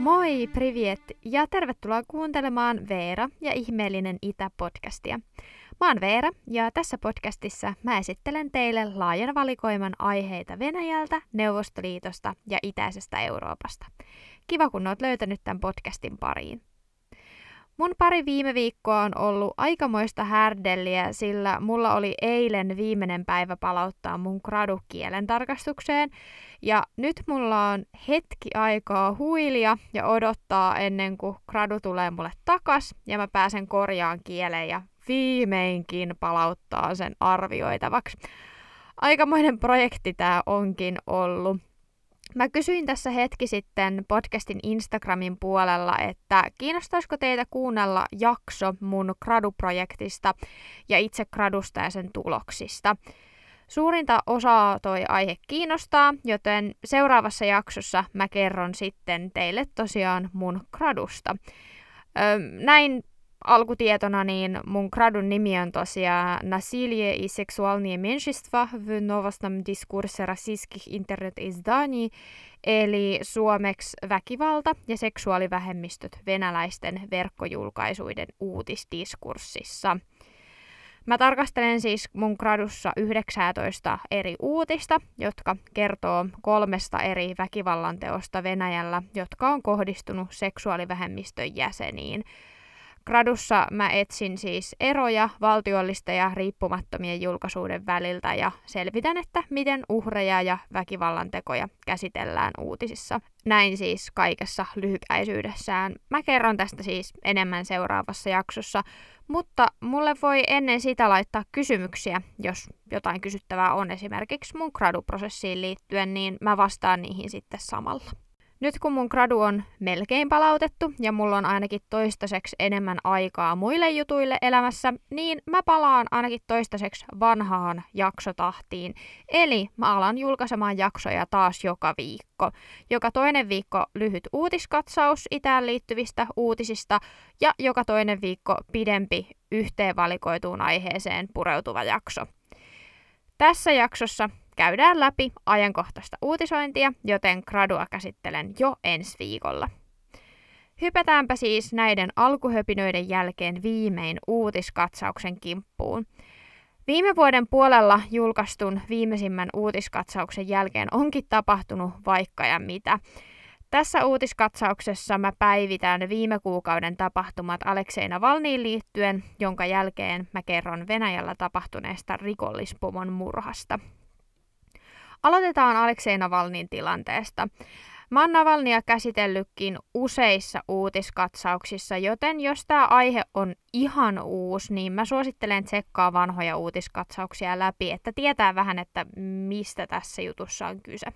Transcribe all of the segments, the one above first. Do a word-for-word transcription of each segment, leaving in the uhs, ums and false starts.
Moi, privet ja tervetuloa kuuntelemaan Veera ja ihmeellinen Itä-podcastia. Mä oon Veera ja tässä podcastissa mä esittelen teille laajan valikoiman aiheita Venäjältä, Neuvostoliitosta ja itäisestä Euroopasta. Kiva, kun oot löytänyt tämän podcastin pariin. Mun pari viime viikkoa on ollut aikamoista härdelliä, sillä mulla oli eilen viimeinen päivä palauttaa mun gradu kielentarkastukseen. Ja nyt mulla on hetki aikaa huilia ja odottaa ennen kuin gradu tulee mulle takas ja mä pääsen korjaan kielen ja viimeinkin palauttaa sen arvioitavaksi. Aikamoinen projekti tää onkin ollut. Mä kysyin tässä hetki sitten podcastin Instagramin puolella, että kiinnostaisiko teitä kuunnella jakso mun graduprojektista ja itse gradusta ja sen tuloksista. Suurinta osaa toi aihe kiinnostaa, joten seuraavassa jaksossa mä kerron sitten teille tosiaan mun gradusta. Öö, näin alkutietona niin mun gradun nimi on tosiaan Насилие и сексуальные меньшинства в новостном дискурсе российских интернет-изданий, eli suomeksi väkivalta ja seksuaalivähemmistöt venäläisten verkkojulkaisuiden uutisdiskurssissa. Mä tarkastelen siis mun gradussa yhdeksäntoista eri uutista, jotka kertoo kolmesta eri väkivallanteosta Venäjällä, jotka on kohdistunut seksuaalivähemmistön jäseniin. Gradussa mä etsin siis eroja valtiollisten ja riippumattomien julkaisuuden väliltä ja selvitän, että miten uhreja ja väkivallantekoja käsitellään uutisissa. Näin siis kaikessa lyhykäisyydessään. Mä kerron tästä siis enemmän seuraavassa jaksossa, mutta mulle voi ennen sitä laittaa kysymyksiä, jos jotain kysyttävää on esimerkiksi mun graduprosessiin liittyen, niin mä vastaan niihin sitten samalla. Nyt kun mun gradu on melkein palautettu ja mulla on ainakin toistaiseksi enemmän aikaa muille jutuille elämässä, niin mä palaan ainakin toistaiseksi vanhaan jaksotahtiin. Eli mä alan julkaisemaan jaksoja taas joka viikko. Joka toinen viikko lyhyt uutiskatsaus itään liittyvistä uutisista ja joka toinen viikko pidempi yhteenvalikoituun aiheeseen pureutuva jakso. Tässä jaksossa käydään läpi ajankohtaista uutisointia, joten gradua käsittelen jo ensi viikolla. Hypätäänpä siis näiden alkuhöpinöiden jälkeen viimein uutiskatsauksen kimppuun. Viime vuoden puolella julkaistun viimeisimmän uutiskatsauksen jälkeen onkin tapahtunut vaikka ja mitä. Tässä uutiskatsauksessa mä päivitän viime kuukauden tapahtumat Aleksei Navalnyiin liittyen, jonka jälkeen mä kerron Venäjällä tapahtuneesta rikollispomon murhasta. Aloitetaan Aleksei Navalnyin tilanteesta. Mä oon Navalnya käsitellytkin useissa uutiskatsauksissa, joten jos tää aihe on ihan uusi, niin mä suosittelen tsekkaa vanhoja uutiskatsauksia läpi, että tietää vähän, että mistä tässä jutussa on kyse.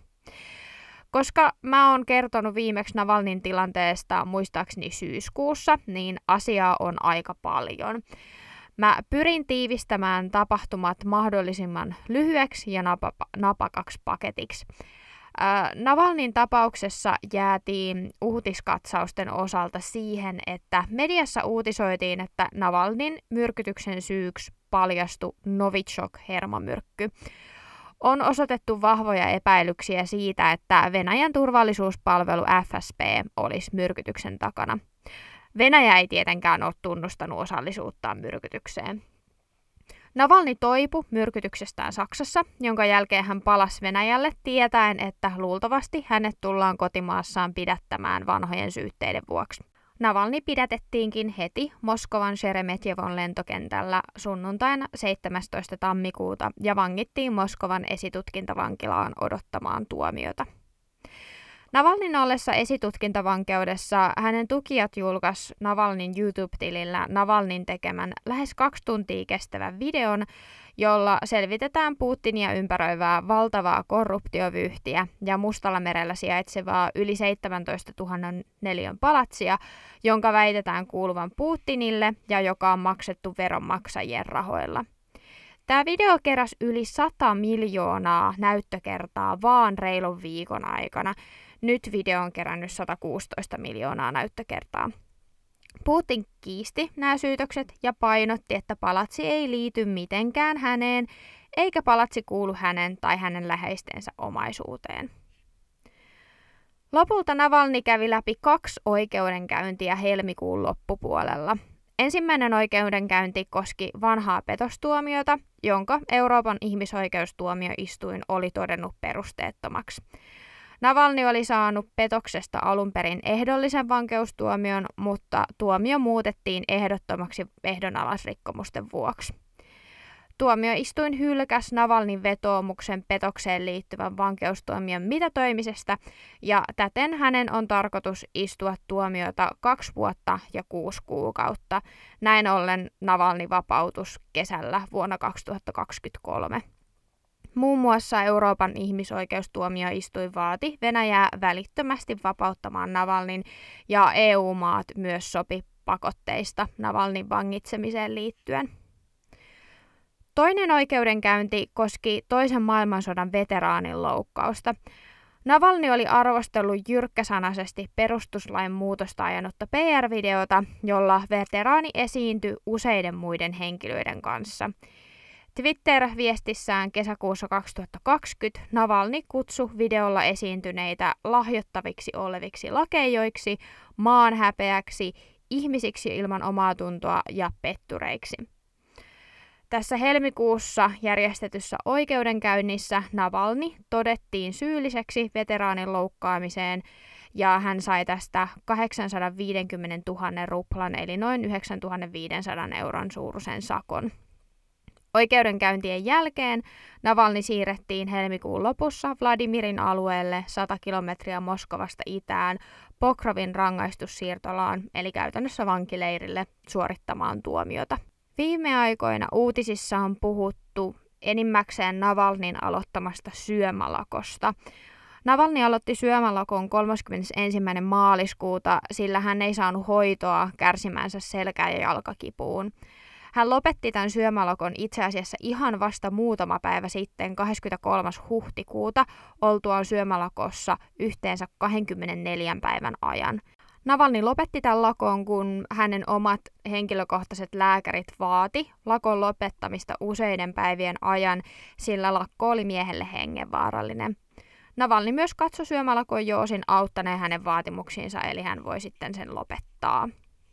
Koska mä oon kertonut viimeksi Navalnyin tilanteesta muistaakseni syyskuussa, niin asiaa on aika paljon. Mä pyrin tiivistämään tapahtumat mahdollisimman lyhyeksi ja napa- napakaksi paketiksi. Äh, Navalnyin tapauksessa jäätiin uutiskatsausten osalta siihen, että mediassa uutisoitiin, että Navalnyin myrkytyksen syyksi paljastui Novichok-hermomyrkky. On osoitettu vahvoja epäilyksiä siitä, että Venäjän turvallisuuspalvelu F S B olisi myrkytyksen takana. Venäjä ei tietenkään ole tunnustanut osallisuuttaan myrkytykseen. Navalny toipui myrkytyksestään Saksassa, jonka jälkeen hän palasi Venäjälle tietäen, että luultavasti hänet tullaan kotimaassaan pidättämään vanhojen syytteiden vuoksi. Navalny pidätettiinkin heti Moskovan Sheremetjevon lentokentällä sunnuntaina seitsemästoista tammikuuta ja vangittiin Moskovan esitutkintavankilaan odottamaan tuomiota. Navalnyin ollessa esitutkintavankeudessa hänen tukijat julkaisi Navalnyin YouTube-tilillä Navalnyin tekemän lähes kaksi tuntia kestävän videon, jolla selvitetään Putinia ympäröivää valtavaa korruptiovyyhtiä ja Mustalla merellä sijaitsevaa yli seitsemäntoistatuhatta neliön palatsia, jonka väitetään kuuluvan Putinille ja joka on maksettu veronmaksajien rahoilla. Tämä video keräsi yli sata miljoonaa näyttökertaa vaan reilun viikon aikana. Nyt video on kerännyt sata kuusitoista miljoonaa näyttökertaa. Putin kiisti nämä syytökset ja painotti, että palatsi ei liity mitenkään häneen, eikä palatsi kuulu hänen tai hänen läheistensä omaisuuteen. Lopulta Navalny kävi läpi kaksi oikeudenkäyntiä helmikuun loppupuolella. Ensimmäinen oikeudenkäynti koski vanhaa petostuomiota, jonka Euroopan ihmisoikeustuomioistuin oli todennut perusteettomaksi. Navalny oli saanut petoksesta alun perin ehdollisen vankeustuomion, mutta tuomio muutettiin ehdottomaksi ehdonalaisrikkomusten vuoksi. Tuomioistuin hylkäsi Navalnyn vetoomuksen petokseen liittyvän vankeustuomion mitätöimisestä, ja täten hänen on tarkoitus istua tuomiota kaksi vuotta ja kuusi kuukautta. Näin ollen Navalny vapautus kesällä vuonna kaksituhattakaksikymmentäkolme. Muun muassa Euroopan ihmisoikeustuomioistuin vaati Venäjää välittömästi vapauttamaan Navalnyn, ja E U-maat myös sopi pakotteista Navalnyn vangitsemiseen liittyen. Toinen oikeudenkäynti koski toisen maailmansodan veteraanin loukkausta. Navalny oli arvostellut jyrkkäsanaisesti perustuslain muutosta ajanutta P R-videota, jolla veteraani esiintyi useiden muiden henkilöiden kanssa. Twitter-viestissään kesäkuussa kaksituhattakaksikymmentä Navalny kutsui videolla esiintyneitä lahjottaviksi oleviksi lakeijoiksi, maanhäpeäksi, ihmisiksi ilman omaatuntoa ja pettureiksi. Tässä helmikuussa järjestetyssä oikeudenkäynnissä Navalny todettiin syylliseksi veteraanin loukkaamiseen ja hän sai tästä kahdeksansataaviisikymmentätuhatta ruplan eli noin yhdeksäntuhattaviisisataa euron suuruisen sakon. Oikeudenkäyntien jälkeen Navalny siirrettiin helmikuun lopussa Vladimirin alueelle sata kilometriä Moskovasta itään Pokrovin rangaistussiirtolaan eli käytännössä vankileirille suorittamaan tuomiota. Viime aikoina uutisissa on puhuttu enimmäkseen Navalnyn aloittamasta syömälakosta. Navalny aloitti syömälakon kolmaskymmenesensimmäinen maaliskuuta, sillä hän ei saanut hoitoa kärsimänsä selkä- ja jalkakipuun. Hän lopetti tämän syömälakon itse asiassa ihan vasta muutama päivä sitten, kahdeskymmeneskolmas huhtikuuta, oltuaan syömälakossa yhteensä kaksikymmentäneljä päivän ajan. Navalny lopetti tämän lakon, kun hänen omat henkilökohtaiset lääkärit vaati lakon lopettamista useiden päivien ajan, sillä lakko oli miehelle hengenvaarallinen. Navalny myös katsoi syömälakon joosin auttaneen hänen vaatimuksiinsa, eli hän voi sitten sen lopettaa.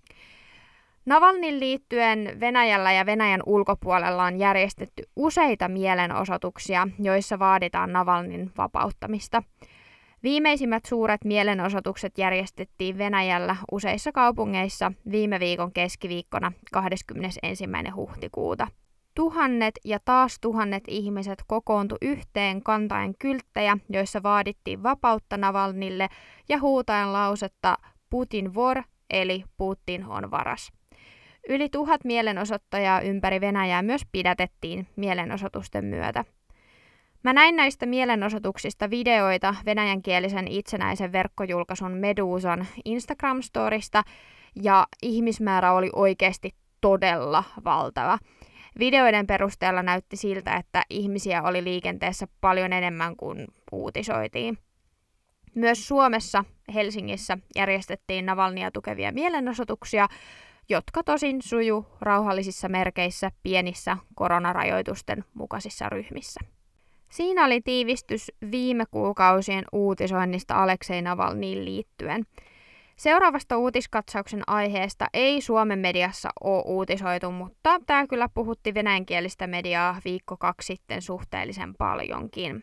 Navalnyn liittyen Venäjällä ja Venäjän ulkopuolella on järjestetty useita mielenosoituksia, joissa vaaditaan Navalnyn vapauttamista. Viimeisimmät suuret mielenosoitukset järjestettiin Venäjällä useissa kaupungeissa viime viikon keskiviikkona kahdeskymmenesensimmäinen huhtikuuta. Tuhannet ja taas tuhannet ihmiset kokoontui yhteen kantaen kylttejä, joissa vaadittiin vapautta Navalnylle ja huutaen lausetta Putin vor, eli Putin on varas. Yli tuhat mielenosoittajaa ympäri Venäjää myös pidätettiin mielenosoitusten myötä. Mä näin näistä mielenosoituksista videoita venäjänkielisen itsenäisen verkkojulkaisun Medusan Instagram-storista, ja ihmismäärä oli oikeasti todella valtava. Videoiden perusteella näytti siltä, että ihmisiä oli liikenteessä paljon enemmän kuin uutisoitiin. Myös Suomessa, Helsingissä, järjestettiin Navalnya tukevia mielenosoituksia, jotka tosin suju rauhallisissa merkeissä pienissä koronarajoitusten mukaisissa ryhmissä. Siinä oli tiivistys viime kuukausien uutisoinnista Aleksei Navalnyyn liittyen. Seuraavasta uutiskatsauksen aiheesta ei Suomen mediassa ole uutisoitu, mutta tämä kyllä puhutti venäjänkielistä mediaa viikko kaksi sitten suhteellisen paljonkin.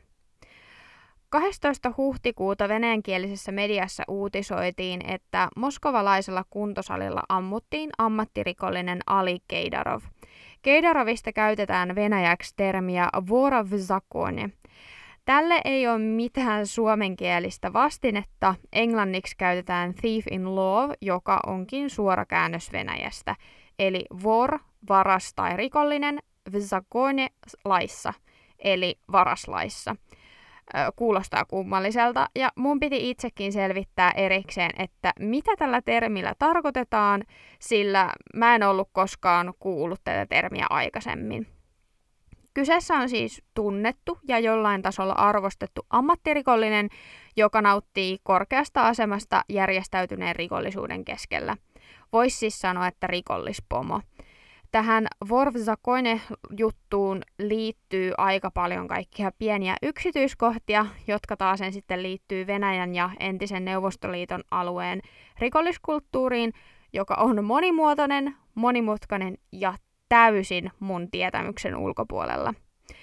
kahdestoista huhtikuuta venäjänkielisessä mediassa uutisoitiin, että moskovalaisella kuntosalilla ammuttiin ammattirikollinen Ali Keidarov. Keidarovista käytetään venäjäksi termiä vora v zakonie. Tälle ei ole mitään suomenkielistä vastinetta. Englanniksi käytetään thief in law, joka onkin suora käännös Venäjästä. Eli vor, varas tai rikollinen, v zakonie laissa, eli varaslaissa. Kuulostaa kummalliselta, ja mun piti itsekin selvittää erikseen, että mitä tällä termillä tarkoitetaan, sillä mä en ollut koskaan kuullut tätä termiä aikaisemmin. Kyseessä on siis tunnettu ja jollain tasolla arvostettu ammattirikollinen, joka nauttii korkeasta asemasta järjestäytyneen rikollisuuden keskellä. Voisi siis sanoa, että rikollispomo. Tähän Vorvzakoine-juttuun liittyy aika paljon kaikkia pieniä yksityiskohtia, jotka taas sitten liittyy Venäjän ja entisen Neuvostoliiton alueen rikolliskulttuuriin, joka on monimuotoinen, monimutkainen ja täysin mun tietämyksen ulkopuolella.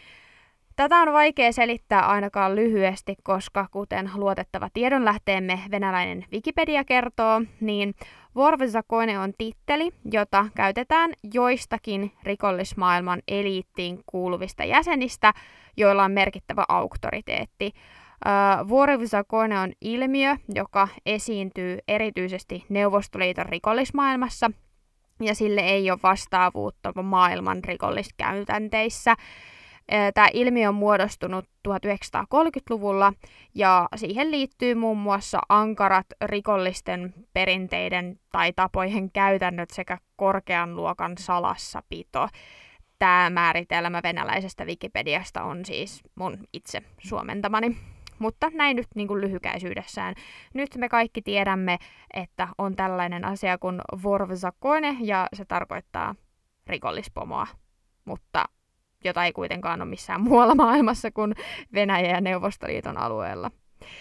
Tätä on vaikea selittää ainakaan lyhyesti, koska kuten luotettava tiedonlähteemme venäläinen Wikipedia kertoo, niin Vorvzakoine on titteli, jota käytetään joistakin rikollismaailman eliittiin kuuluvista jäsenistä, joilla on merkittävä auktoriteetti. Uh, Vorvzakoine on ilmiö, joka esiintyy erityisesti Neuvostoliiton rikollismaailmassa, ja sille ei ole vastaavuutta maailman rikolliskäytänteissä. Tämä ilmiö on muodostunut tuhatyhdeksänsataakolmekymmentäluvulla ja siihen liittyy muun muassa ankarat rikollisten perinteiden tai tapojen käytännöt sekä korkean luokan salassapito. Tämä määritelmä venäläisestä Wikipediasta on siis mun itse suomentamani. Mutta näin nyt niin kuin lyhykäisyydessään. Nyt me kaikki tiedämme, että on tällainen asia kuin Vorvzakoine ja se tarkoittaa rikollispomoa, mutta jota ei kuitenkaan ole missään muualla maailmassa kuin Venäjän ja Neuvostoliiton alueella.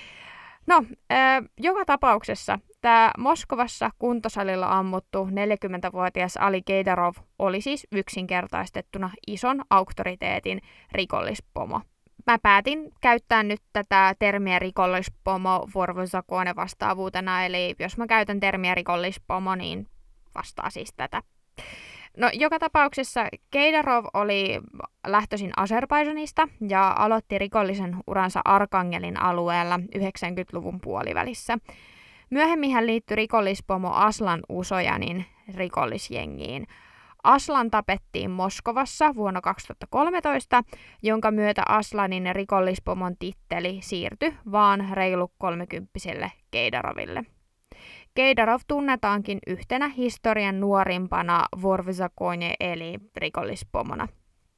No, äh, joka tapauksessa tämä Moskovassa kuntosalilla ammuttu neljäkymmentävuotias Ali Geidarov oli siis yksinkertaistettuna ison auktoriteetin rikollispomo. Mä päätin käyttää nyt tätä termiä rikollispomo Vorvzakoine vastaavuutena, eli jos mä käytän termiä rikollispomo, niin vastaa siis tätä. No, joka tapauksessa Geidarov oli lähtöisin Azerbaidžanista ja aloitti rikollisen uransa Arkangelin alueella yhdeksänkymmentäluvun puolivälissä. Myöhemmin hän liittyi rikollispomo Aslan Usojanin rikollisjengiin. Aslan tapettiin Moskovassa vuonna kaksituhattakolmetoista, jonka myötä Aslanin rikollispomon titteli siirtyi vaan reilu kolmekymppiselle Geidaroville. Geidarov tunnetaankin yhtenä historian nuorimpana Vorvzakoine eli rikollispomona.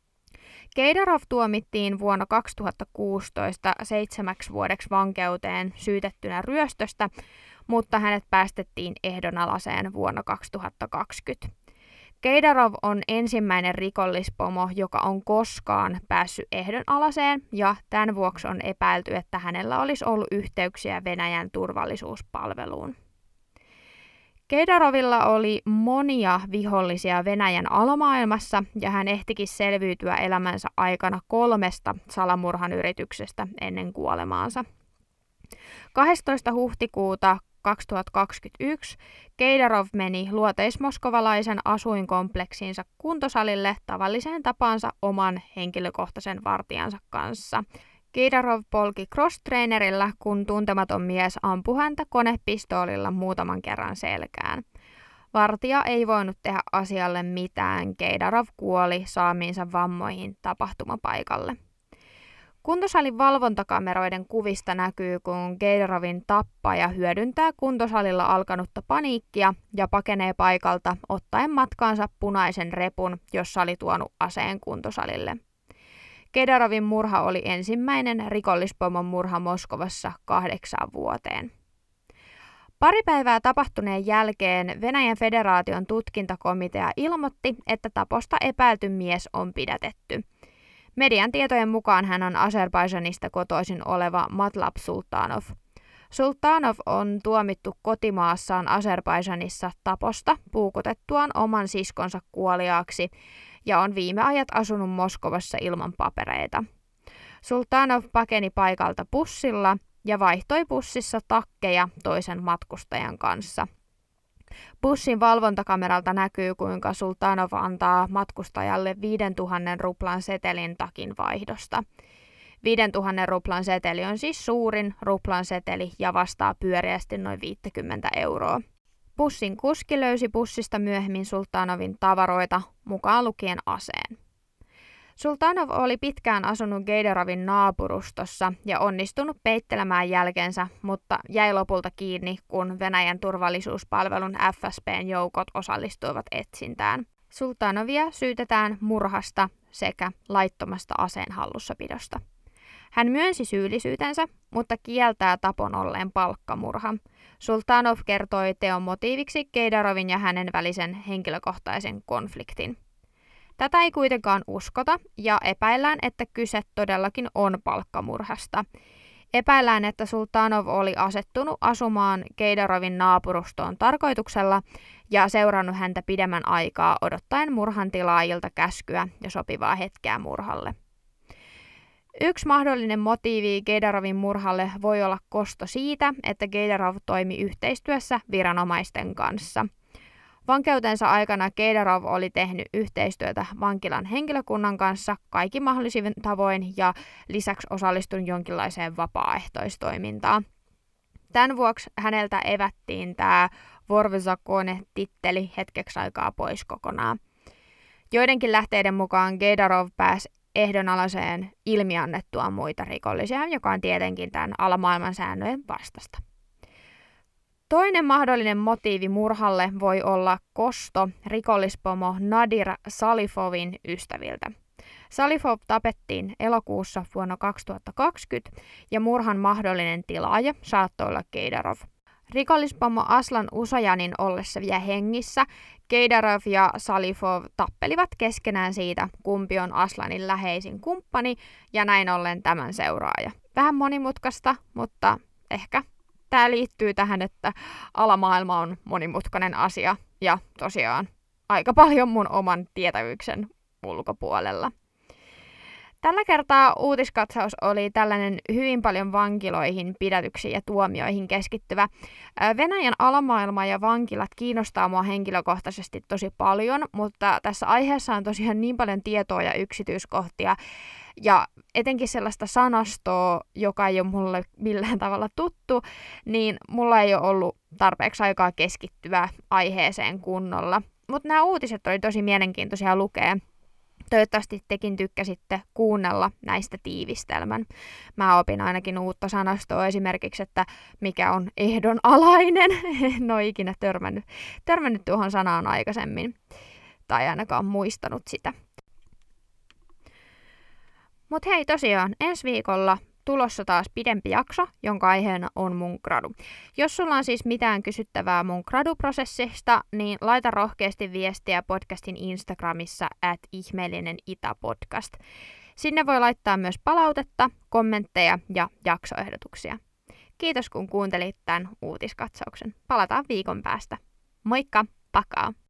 Geidarov tuomittiin vuonna kaksituhattakuusitoista seitsemäksi vuodeksi vankeuteen syytettynä ryöstöstä, mutta hänet päästettiin ehdonalaiseen vuonna kaksituhattakaksikymmentä. Geidarov on ensimmäinen rikollispomo, joka on koskaan päässyt ehdonalaiseen, ja tämän vuoksi on epäilty, että hänellä olisi ollut yhteyksiä Venäjän turvallisuuspalveluun. Geidarovilla oli monia vihollisia Venäjän alomaailmassa, ja hän ehtikin selviytyä elämänsä aikana kolmesta salamurhan yrityksestä ennen kuolemaansa. kahdestoista huhtikuuta kaksituhattakaksikymmentäyksi Geidarov meni luoteismoskovalaisen asuinkompleksinsa kuntosalille tavalliseen tapaansa oman henkilökohtaisen vartijansa kanssa. Geidarov polki cross-trainerilla, kun tuntematon mies ampui häntä konepistoolilla muutaman kerran selkään. Vartija ei voinut tehdä asialle mitään. Geidarov kuoli saamiinsa vammoihin tapahtumapaikalle. Kuntosalin valvontakameroiden kuvista näkyy, kun Geidarovin tappaja hyödyntää kuntosalilla alkanutta paniikkia ja pakenee paikalta ottaen matkaansa punaisen repun, jossa oli tuonut aseen kuntosalille. Geidarovin murha oli ensimmäinen rikollispomon murha Moskovassa kahdeksaan vuoteen. Pari päivää tapahtuneen jälkeen Venäjän federaation tutkintakomitea ilmoitti, että taposta epäilty mies on pidätetty. Median tietojen mukaan hän on Azerbaidžanista kotoisin oleva Matlab Sultanov. Sultanov on tuomittu kotimaassaan Azerbaidžanissa taposta puukotettuaan oman siskonsa kuoliaaksi ja on viime ajat asunut Moskovassa ilman papereita. Sultanov pakeni paikalta bussilla ja vaihtoi bussissa takkeja toisen matkustajan kanssa. Bussin valvontakameralta näkyy, kuinka Sultanov antaa matkustajalle viisituhatta ruplan setelin takin vaihdosta. viisituhatta ruplan seteli on siis suurin ruplan seteli ja vastaa pyöreästi noin viisikymmentä euroa. Bussin kuski löysi bussista myöhemmin Sultanovin tavaroita, mukaan lukien aseen. Sultanov oli pitkään asunut Geidarovin naapurustossa ja onnistunut peittelemään jälkensä, mutta jäi lopulta kiinni, kun Venäjän turvallisuuspalvelun F S B:n joukot osallistuivat etsintään. Sultanovia syytetään murhasta sekä laittomasta aseen hallussapidosta. Hän myönsi syyllisyytensä, mutta kieltää tapon olleen palkkamurha. Sultanov kertoi teon motiiviksi Geidarovin ja hänen välisen henkilökohtaisen konfliktin. Tätä ei kuitenkaan uskota ja epäillään, että kyse todellakin on palkkamurhasta. Epäillään, että Sultanov oli asettunut asumaan Geydarovin naapurustoon tarkoituksella ja seurannut häntä pidemmän aikaa odottaen murhan tilaajilta käskyä ja sopivaa hetkeä murhalle. Yksi mahdollinen motiivi Geydarovin murhalle voi olla kosto siitä, että Geydarov toimi yhteistyössä viranomaisten kanssa. Vankeutensa aikana Geydarov oli tehnyt yhteistyötä vankilan henkilökunnan kanssa kaikin mahdollisin tavoin ja lisäksi osallistunut jonkinlaiseen vapaaehtoistoimintaan. Tämän vuoksi häneltä evättiin tämä Vorvzakone-titteli hetkeksi aikaa pois kokonaan. Joidenkin lähteiden mukaan Geydarov pääsi ehdonalaiseen ilmiannettua muita rikollisia, joka on tietenkin tämän alamaailman säännöjen vastasta. Toinen mahdollinen motiivi murhalle voi olla kosto rikollispomo Nadir Salifovin ystäviltä. Salifov tapettiin elokuussa vuonna kaksituhattakaksikymmentä ja murhan mahdollinen tilaaja saattoi olla Geydarov. Rikollispomo Aslan Usajanin ollessa vielä hengissä Geydarov ja Salifov tappelivat keskenään siitä, kumpi on Aslanin läheisin kumppani ja näin ollen tämän seuraaja. Vähän monimutkaista, mutta ehkä tämä liittyy tähän, että alamaailma on monimutkainen asia ja tosiaan aika paljon mun oman tietävyksen ulkopuolella. Tällä kertaa uutiskatsaus oli tällainen hyvin paljon vankiloihin, pidätyksiin ja tuomioihin keskittyvä. Venäjän alamaailma ja vankilat kiinnostaa mua henkilökohtaisesti tosi paljon, mutta tässä aiheessa on tosiaan niin paljon tietoa ja yksityiskohtia, ja etenkin sellaista sanastoa, joka ei ole mulle millään tavalla tuttu, niin mulla ei ole ollut tarpeeksi aikaa keskittyä aiheeseen kunnolla. Mutta nämä uutiset oli tosi mielenkiintoisia lukea. Toivottavasti tekin tykkäsitte kuunnella näistä tiivistelmän. Mä opin ainakin uutta sanastoa, esimerkiksi, että mikä on ehdonalainen. En ole ikinä törmännyt, törmännyt tuohon sanaan aikaisemmin, tai ainakaan muistanut sitä. Mutta hei, tosiaan, ensi viikolla tulossa taas pidempi jakso, jonka aiheena on mun gradu. Jos sulla on siis mitään kysyttävää mun graduprosessista, niin laita rohkeasti viestiä podcastin Instagramissa at ihmeellinen itäpodcast. Sinne voi laittaa myös palautetta, kommentteja ja jaksoehdotuksia. Kiitos kun kuuntelit tämän uutiskatsauksen. Palataan viikon päästä. Moikka, pakaa!